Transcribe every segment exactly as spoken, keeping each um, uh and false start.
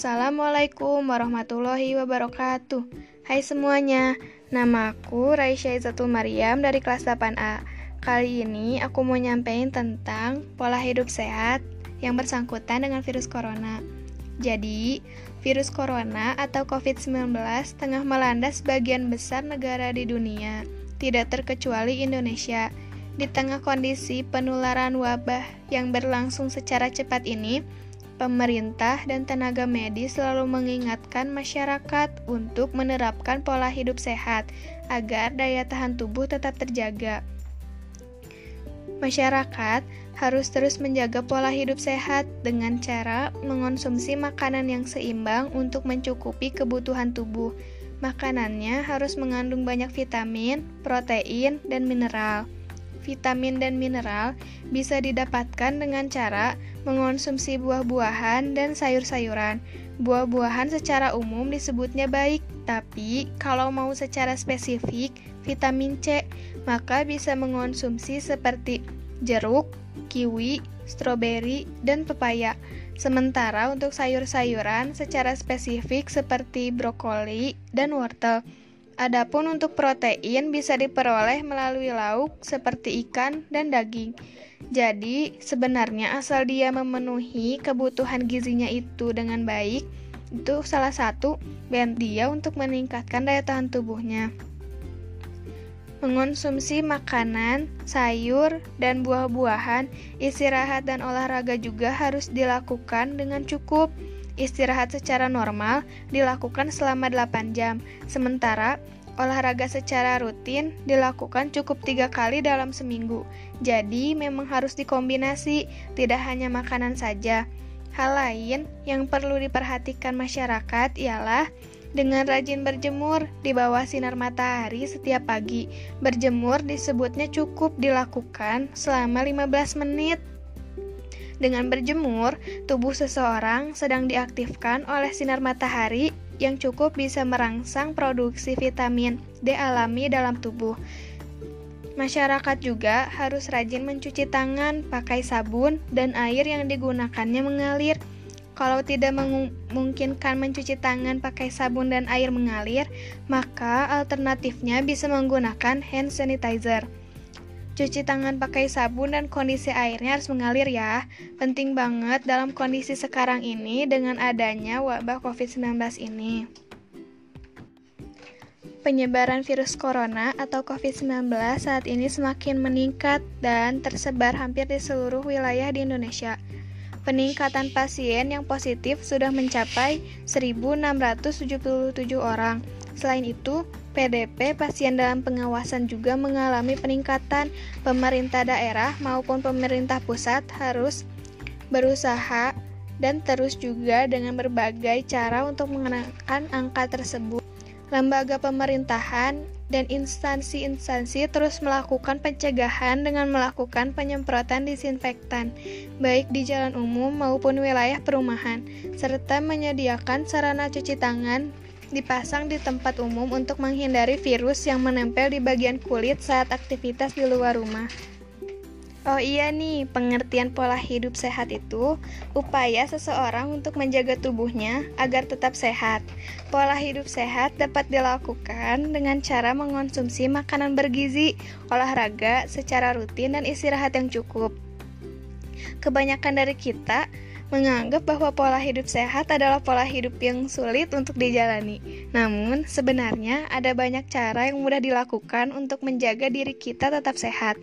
Assalamualaikum warahmatullahi wabarakatuh. Hai semuanya, nama aku Raisya Izzatul Maryam dari kelas delapan A. Kali ini aku mau nyampein tentang pola hidup sehat yang bersangkutan dengan virus corona. Jadi, virus corona atau covid sembilan belas tengah melanda sebagian besar negara di dunia, tidak terkecuali Indonesia. Di tengah kondisi penularan wabah yang berlangsung secara cepat ini, pemerintah dan tenaga medis selalu mengingatkan masyarakat untuk menerapkan pola hidup sehat agar daya tahan tubuh tetap terjaga. Masyarakat harus terus menjaga pola hidup sehat dengan cara mengonsumsi makanan yang seimbang untuk mencukupi kebutuhan tubuh. Makanannya harus mengandung banyak vitamin, protein, dan mineral. Vitamin dan mineral bisa didapatkan dengan cara mengonsumsi buah-buahan dan sayur-sayuran. Buah-buahan secara umum disebutnya baik, tapi kalau mau secara spesifik vitamin C, maka bisa mengonsumsi seperti jeruk, kiwi, stroberi, dan pepaya. Sementara untuk sayur-sayuran secara spesifik seperti brokoli dan wortel. Adapun untuk protein bisa diperoleh melalui lauk seperti ikan dan daging. Jadi, sebenarnya asal dia memenuhi kebutuhan gizinya itu dengan baik, itu salah satu bent dia untuk meningkatkan daya tahan tubuhnya. Mengonsumsi makanan, sayur, dan buah-buahan, istirahat dan olahraga juga harus dilakukan dengan cukup. Istirahat secara normal dilakukan selama delapan jam, sementara olahraga secara rutin dilakukan cukup tiga kali dalam seminggu. Jadi memang harus dikombinasi, tidak hanya makanan saja. Hal lain yang perlu diperhatikan masyarakat ialah dengan rajin berjemur di bawah sinar matahari setiap pagi. Berjemur disebutnya cukup dilakukan selama lima belas menit. Dengan berjemur, tubuh seseorang sedang diaktifkan oleh sinar matahari yang cukup bisa merangsang produksi vitamin D alami dalam tubuh. Masyarakat juga harus rajin mencuci tangan pakai sabun dan air yang digunakannya mengalir. Kalau tidak memungkinkan mencuci tangan pakai sabun dan air mengalir, maka alternatifnya bisa menggunakan hand sanitizer. Cuci tangan pakai sabun dan kondisi airnya harus mengalir ya. Penting banget dalam kondisi sekarang ini dengan adanya wabah covid sembilan belas ini. Penyebaran virus corona atau covid sembilan belas saat ini semakin meningkat dan tersebar hampir di seluruh wilayah di Indonesia. Peningkatan pasien yang positif sudah mencapai seribu enam ratus tujuh puluh tujuh orang. Selain itu, P D P pasien dalam pengawasan juga mengalami peningkatan. Pemerintah daerah maupun pemerintah pusat harus berusaha dan terus juga dengan berbagai cara untuk menekan angka tersebut. Lembaga pemerintahan dan instansi-instansi terus melakukan pencegahan dengan melakukan penyemprotan disinfektan, baik di jalan umum maupun wilayah perumahan, serta menyediakan sarana cuci tangan dipasang di tempat umum untuk menghindari virus yang menempel di bagian kulit saat aktivitas di luar rumah. Oh iya nih, pengertian pola hidup sehat itu upaya seseorang untuk menjaga tubuhnya agar tetap sehat. Pola hidup sehat dapat dilakukan dengan cara mengonsumsi makanan bergizi, olahraga secara rutin, dan istirahat yang cukup. Kebanyakan dari kita menganggap bahwa pola hidup sehat adalah pola hidup yang sulit untuk dijalani. Namun, sebenarnya ada banyak cara yang mudah dilakukan untuk menjaga diri kita tetap sehat.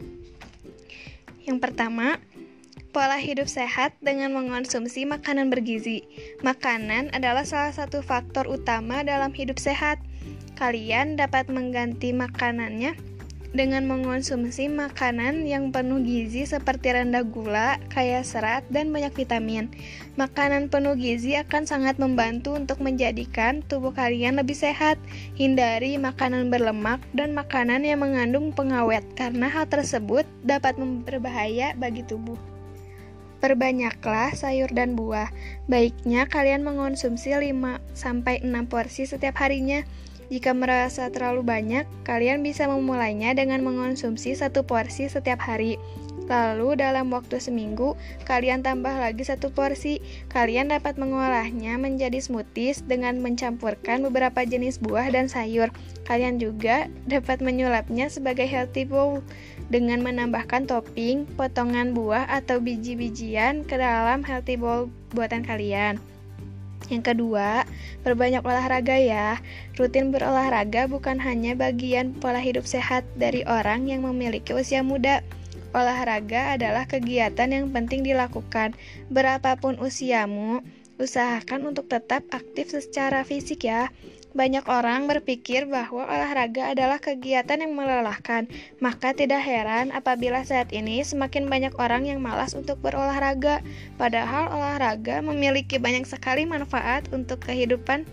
Yang pertama, pola hidup sehat dengan mengonsumsi makanan bergizi. Makanan adalah salah satu faktor utama dalam hidup sehat. Kalian dapat mengganti makanannya dengan mengonsumsi makanan yang penuh gizi seperti rendah gula, kaya serat, dan banyak vitamin. Makanan penuh gizi akan sangat membantu untuk menjadikan tubuh kalian lebih sehat. Hindari makanan berlemak dan makanan yang mengandung pengawet, karena hal tersebut dapat berbahaya bagi tubuh. Perbanyaklah sayur dan buah. Baiknya kalian mengonsumsi lima sampai enam porsi setiap harinya. Jika merasa terlalu banyak, kalian bisa memulainya dengan mengonsumsi satu porsi setiap hari. Lalu dalam waktu seminggu, kalian tambah lagi satu porsi. Kalian dapat mengolahnya menjadi smoothies dengan mencampurkan beberapa jenis buah dan sayur. Kalian juga dapat menyulapnya sebagai healthy bowl dengan menambahkan topping, potongan buah atau biji-bijian ke dalam healthy bowl buatan kalian. Yang kedua, perbanyak olahraga ya. Rutin berolahraga bukan hanya bagian pola hidup sehat dari orang yang memiliki usia muda. Olahraga adalah kegiatan yang penting dilakukan. Berapapun usiamu, usahakan untuk tetap aktif secara fisik ya. Banyak orang berpikir bahwa olahraga adalah kegiatan yang melelahkan. Maka tidak heran apabila saat ini semakin banyak orang yang malas untuk berolahraga. Padahal olahraga memiliki banyak sekali manfaat untuk kehidupan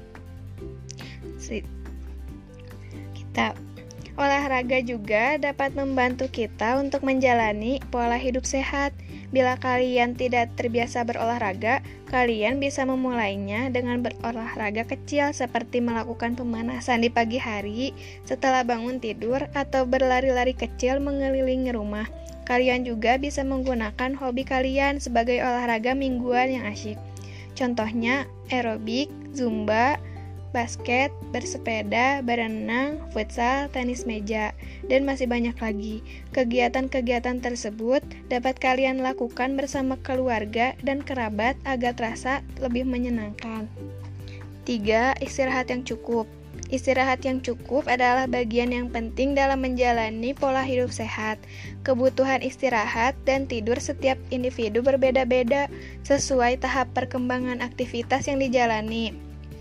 kita. Olahraga juga dapat membantu kita untuk menjalani pola hidup sehat. Bila kalian tidak terbiasa berolahraga, kalian bisa memulainya dengan berolahraga kecil seperti melakukan pemanasan di pagi hari setelah bangun tidur atau berlari-lari kecil mengelilingi rumah. Kalian juga bisa menggunakan hobi kalian sebagai olahraga mingguan yang asyik. Contohnya aerobik, zumba, basket, bersepeda, berenang, futsal, tenis meja, dan masih banyak lagi. Kegiatan-kegiatan tersebut dapat kalian lakukan bersama keluarga dan kerabat agar terasa lebih menyenangkan. Tiga. Istirahat yang cukup. Istirahat yang cukup adalah bagian yang penting dalam menjalani pola hidup sehat. Kebutuhan istirahat dan tidur setiap individu berbeda-beda sesuai tahap perkembangan aktivitas yang dijalani.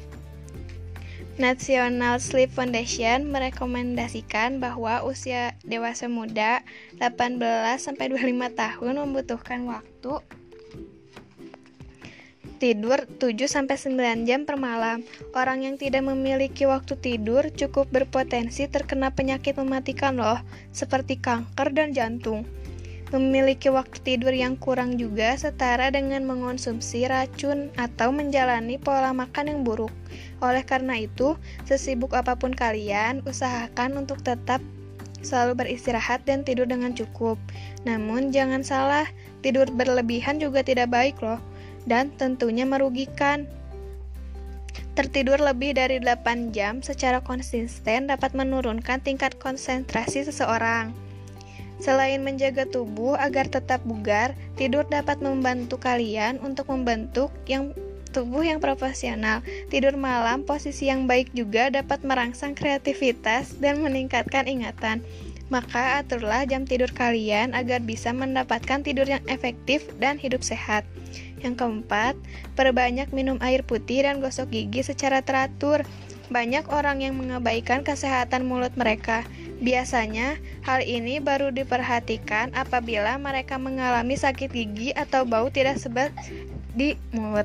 National Sleep Foundation merekomendasikan bahwa usia dewasa muda delapan belas sampai dua puluh lima tahun membutuhkan waktu tidur tujuh sampai sembilan jam per malam. Orang yang tidak memiliki waktu tidur cukup berpotensi terkena penyakit mematikan loh, seperti kanker dan jantung. Memiliki waktu tidur yang kurang juga setara dengan mengonsumsi racun atau menjalani pola makan yang buruk. Oleh karena itu, sesibuk apapun kalian, usahakan untuk tetap selalu beristirahat dan tidur dengan cukup. Namun jangan salah, tidur berlebihan juga tidak baik loh, dan tentunya merugikan. Tertidur lebih dari delapan jam secara konsisten dapat menurunkan tingkat konsentrasi seseorang. Selain menjaga tubuh agar tetap bugar, tidur dapat membantu kalian untuk membentuk yang tubuh yang profesional. Tidur malam posisi yang baik juga dapat merangsang kreativitas dan meningkatkan ingatan. Maka aturlah jam tidur kalian agar bisa mendapatkan tidur yang efektif dan hidup sehat. Yang keempat, perbanyak minum air putih dan gosok gigi secara teratur. Banyak orang yang mengabaikan kesehatan mulut mereka. Biasanya, hal ini baru diperhatikan apabila mereka mengalami sakit gigi atau bau tidak sedap di mulut.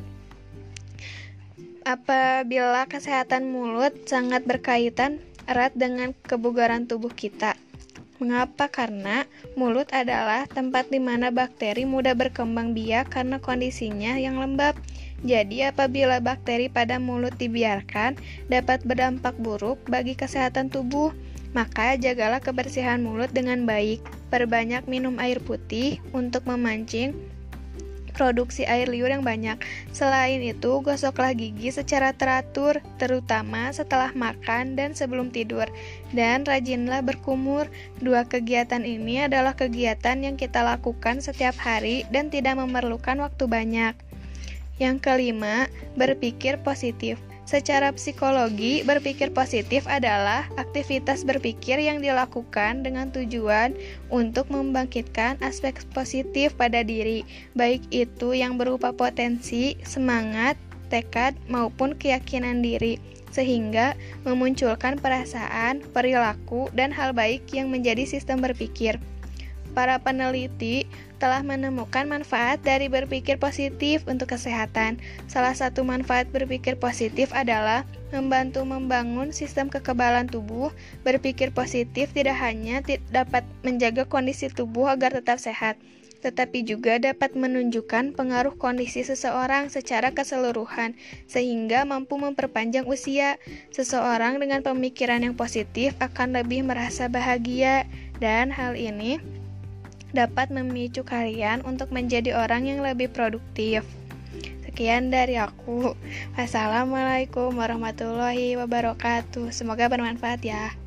Apabila kesehatan mulut sangat berkaitan erat dengan kebugaran tubuh kita. Mengapa? Karena mulut adalah tempat di mana bakteri mudah berkembang biak karena kondisinya yang lembab. Jadi apabila bakteri pada mulut dibiarkan, dapat berdampak buruk bagi kesehatan tubuh. Maka jagalah kebersihan mulut dengan baik. Perbanyak minum air putih untuk memancing produksi air liur yang banyak. Selain itu, gosoklah gigi secara teratur, terutama setelah makan dan sebelum tidur. Dan rajinlah berkumur. Dua kegiatan ini adalah kegiatan yang kita lakukan setiap hari dan tidak memerlukan waktu banyak. Yang kelima, berpikir positif. Secara psikologi, berpikir positif adalah aktivitas berpikir yang dilakukan dengan tujuan untuk membangkitkan aspek positif pada diri, baik itu yang berupa potensi, semangat, tekad, maupun keyakinan diri, sehingga memunculkan perasaan, perilaku, dan hal baik yang menjadi sistem berpikir. Para peneliti telah menemukan manfaat dari berpikir positif untuk kesehatan. Salah satu manfaat berpikir positif adalah membantu membangun sistem kekebalan tubuh. Berpikir positif tidak hanya dapat menjaga kondisi tubuh agar tetap sehat, tetapi juga dapat menunjukkan pengaruh kondisi seseorang secara keseluruhan, sehingga mampu memperpanjang usia. Seseorang dengan pemikiran yang positif akan lebih merasa bahagia, dan hal ini dapat memicu kalian untuk menjadi orang yang lebih produktif. Sekian dari aku. Wassalamualaikum warahmatullahi wabarakatuh. Semoga bermanfaat ya.